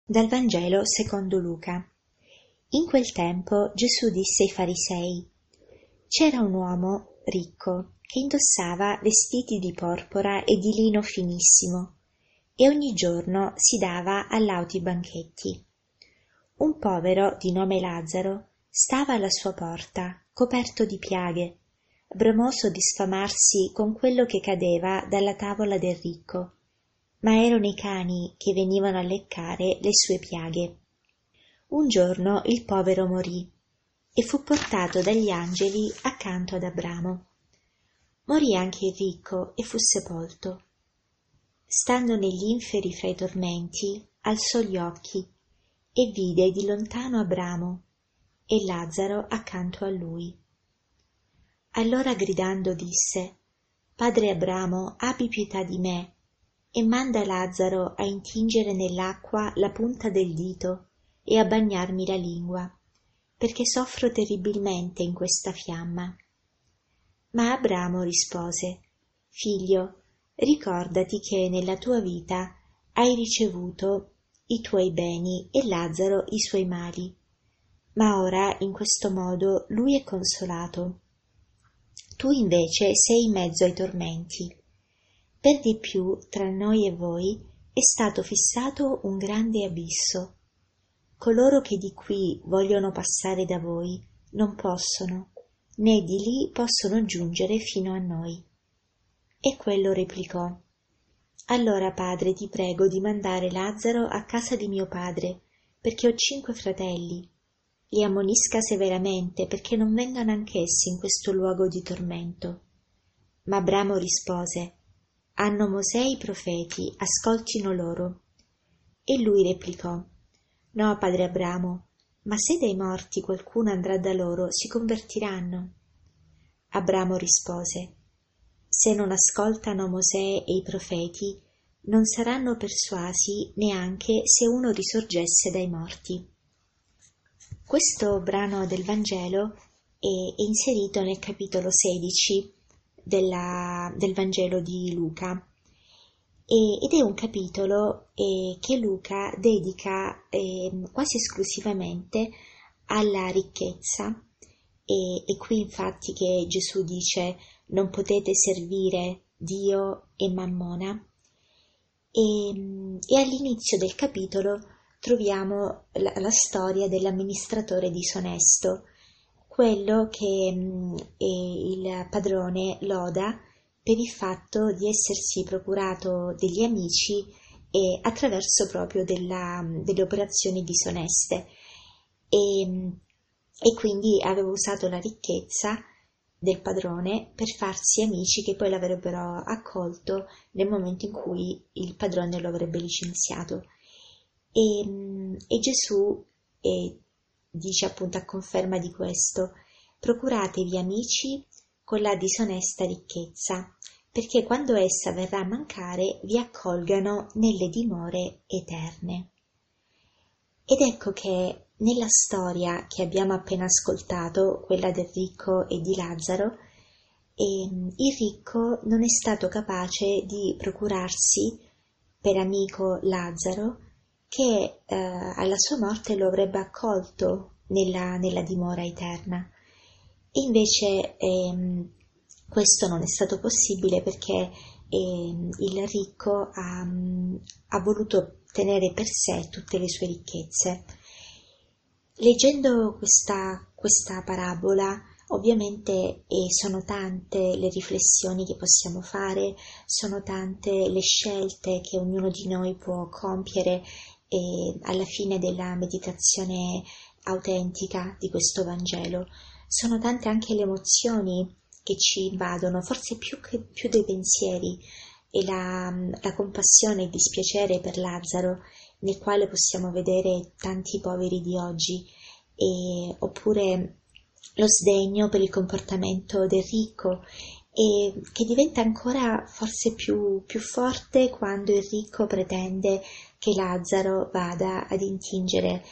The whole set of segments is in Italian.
Dal Vangelo secondo Luca. In quel tempo Gesù disse ai farisei: C'era un uomo ricco che indossava vestiti di porpora e di lino finissimo e ogni giorno si dava a lauti banchetti. Un povero di nome Lazzaro stava alla sua porta, coperto di piaghe, bramoso di sfamarsi con quello che cadeva dalla tavola del ricco, ma erano i cani che venivano a leccare le sue piaghe. Un giorno il povero morì e fu portato dagli angeli accanto ad Abramo. Morì anche il ricco e fu sepolto. Stando negli inferi fra i tormenti, alzò gli occhi e vide di lontano Abramo e Lazzaro accanto a lui. Allora gridando disse: Padre Abramo, abbi pietà di me e manda Lazzaro a intingere nell'acqua la punta del dito e a bagnarmi la lingua, perché soffro terribilmente in questa fiamma. Ma Abramo rispose: Figlio, ricordati che nella tua vita hai ricevuto i tuoi beni e Lazzaro i suoi mali, ma ora in questo modo lui è consolato. Tu invece sei in mezzo ai tormenti. Per di più, tra noi e voi è stato fissato un grande abisso. Coloro che di qui vogliono passare da voi non possono, né di lì possono giungere fino a noi. E quello replicò: Allora, padre, ti prego di mandare Lazzaro a casa di mio padre, perché ho 5 fratelli. Li ammonisca severamente, perché non vengano anch'essi in questo luogo di tormento. Ma Abramo rispose: Hanno Mosè e i profeti, ascoltino loro. E lui replicò: No, padre Abramo, ma se dai morti qualcuno andrà da loro, si convertiranno. Abramo rispose: Se non ascoltano Mosè e i profeti, non saranno persuasi neanche se uno risorgesse dai morti. Questo brano del Vangelo è inserito nel capitolo 16 del Vangelo di Luca ed è un capitolo che Luca dedica quasi esclusivamente alla ricchezza e qui infatti che Gesù dice non potete servire Dio e Mammona e all'inizio del capitolo troviamo la storia dell'amministratore disonesto, quello che il padrone loda per il fatto di essersi procurato degli amici attraverso proprio delle operazioni disoneste e quindi aveva usato la ricchezza del padrone per farsi amici che poi l'avrebbero accolto nel momento in cui il padrone lo avrebbe licenziato. E Gesù dice appunto a conferma di questo: procuratevi amici con la disonesta ricchezza, perché quando essa verrà a mancare vi accolgano nelle dimore eterne. Ed ecco che nella storia che abbiamo appena ascoltato, quella del ricco e di Lazzaro, il ricco non è stato capace di procurarsi per amico Lazzaro, che alla sua morte lo avrebbe accolto nella dimora eterna. E invece questo non è stato possibile perché il ricco ha voluto tenere per sé tutte le sue ricchezze. Leggendo questa parabola, ovviamente sono tante le riflessioni che possiamo fare, sono tante le scelte che ognuno di noi può compiere alla fine della meditazione autentica di questo Vangelo. Sono tante anche le emozioni che ci invadono, forse più dei pensieri, e la compassione e il dispiacere per Lazzaro, nel quale possiamo vedere tanti poveri di oggi, oppure lo sdegno per il comportamento del ricco, e che diventa ancora forse più forte quando il ricco pretende che Lazzaro vada ad intingere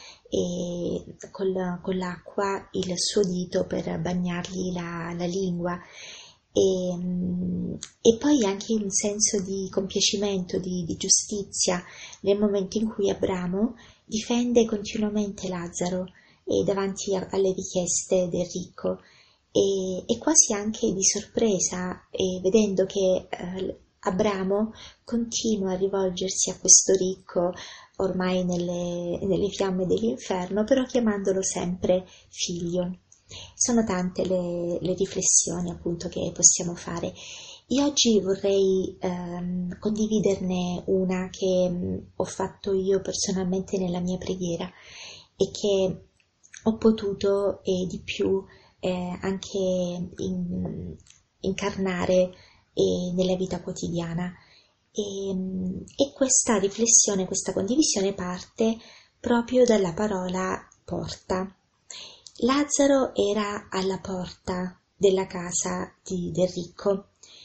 con l'acqua il suo dito per bagnargli la lingua. e poi anche un senso di compiacimento, di giustizia nel momento in cui Abramo difende continuamente Lazzaro davanti alle richieste del ricco e quasi anche di sorpresa, vedendo che Abramo continua a rivolgersi a questo ricco ormai nelle fiamme dell'inferno, però chiamandolo sempre figlio. Sono tante le riflessioni appunto che possiamo fare. Io oggi vorrei condividerne una che ho fatto io personalmente nella mia preghiera e che ho potuto di più anche incarnare nella vita quotidiana. E questa riflessione, questa condivisione parte proprio dalla parola porta. Lazzaro era alla porta della casa del ricco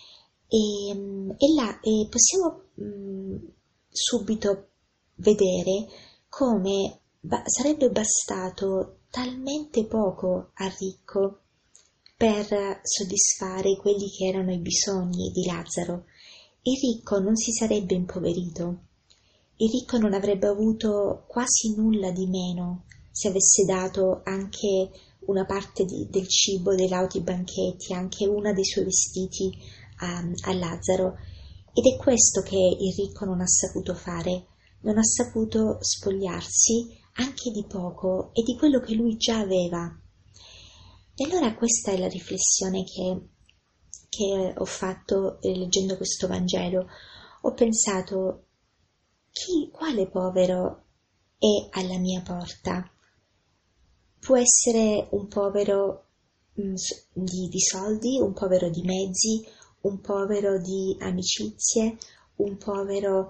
e possiamo subito vedere come sarebbe bastato talmente poco al ricco per soddisfare quelli che erano i bisogni di Lazzaro. Il ricco non si sarebbe impoverito, il ricco non avrebbe avuto quasi nulla di meno se avesse dato anche una parte del cibo dei lauti banchetti, anche una dei suoi vestiti a Lazzaro. Ed è questo che il ricco non ha saputo fare, non ha saputo spogliarsi anche di poco e di quello che lui già aveva. E allora questa è la riflessione che ho fatto leggendo questo Vangelo. Ho pensato, quale povero è alla mia porta? Può essere un povero di soldi, un povero di mezzi, un povero di amicizie, un povero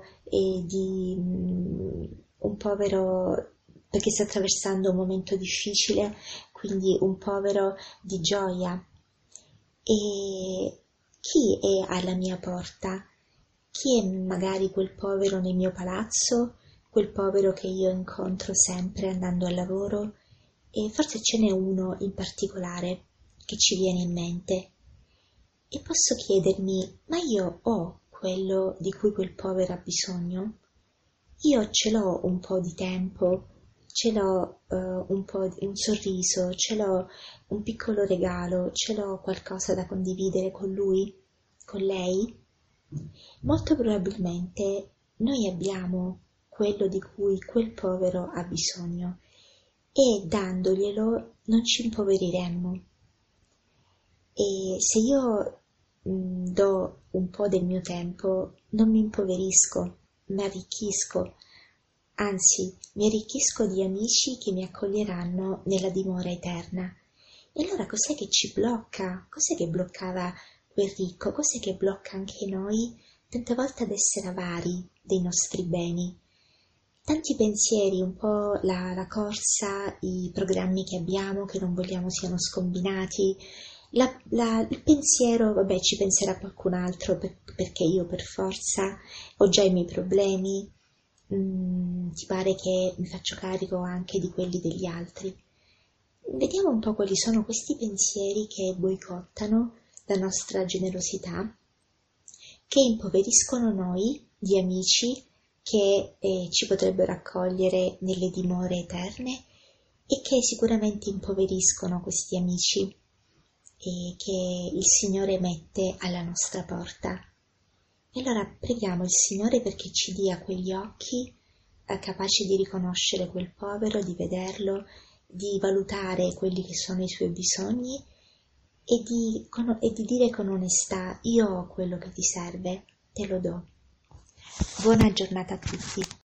un povero perché sta attraversando un momento difficile, quindi un povero di gioia. E chi è alla mia porta? Chi è magari quel povero nel mio palazzo, quel povero che io incontro sempre andando al lavoro? E forse ce n'è uno in particolare che ci viene in mente. E posso chiedermi, ma io ho quello di cui quel povero ha bisogno? Io ce l'ho un po' di tempo, ce l'ho un po' di un sorriso, ce l'ho un piccolo regalo, ce l'ho qualcosa da condividere con lui, con lei? Molto probabilmente noi abbiamo quello di cui quel povero ha bisogno e dandoglielo non ci impoveriremmo. E se io do un po' del mio tempo, non mi impoverisco, mi arricchisco, anzi mi arricchisco di amici che mi accoglieranno nella dimora eterna. E allora cos'è che ci blocca? Cos'è che bloccava quel ricco? Cos'è che blocca anche noi tante volte ad essere avari dei nostri beni? Tanti pensieri, un po' la corsa, i programmi che abbiamo che non vogliamo siano scombinati, il pensiero, vabbè, ci penserà qualcun altro perché io per forza ho già i miei problemi, ti pare che mi faccio carico anche di quelli degli altri. Vediamo un po' quali sono questi pensieri che boicottano la nostra generosità, che impoveriscono noi di amici che ci potrebbero accogliere nelle dimore eterne e che sicuramente impoveriscono questi amici che il Signore mette alla nostra porta. E allora preghiamo il Signore perché ci dia quegli occhi capaci di riconoscere quel povero, di vederlo, di valutare quelli che sono i suoi bisogni e di dire con onestà: io ho quello che ti serve, te lo do. Buona giornata a tutti.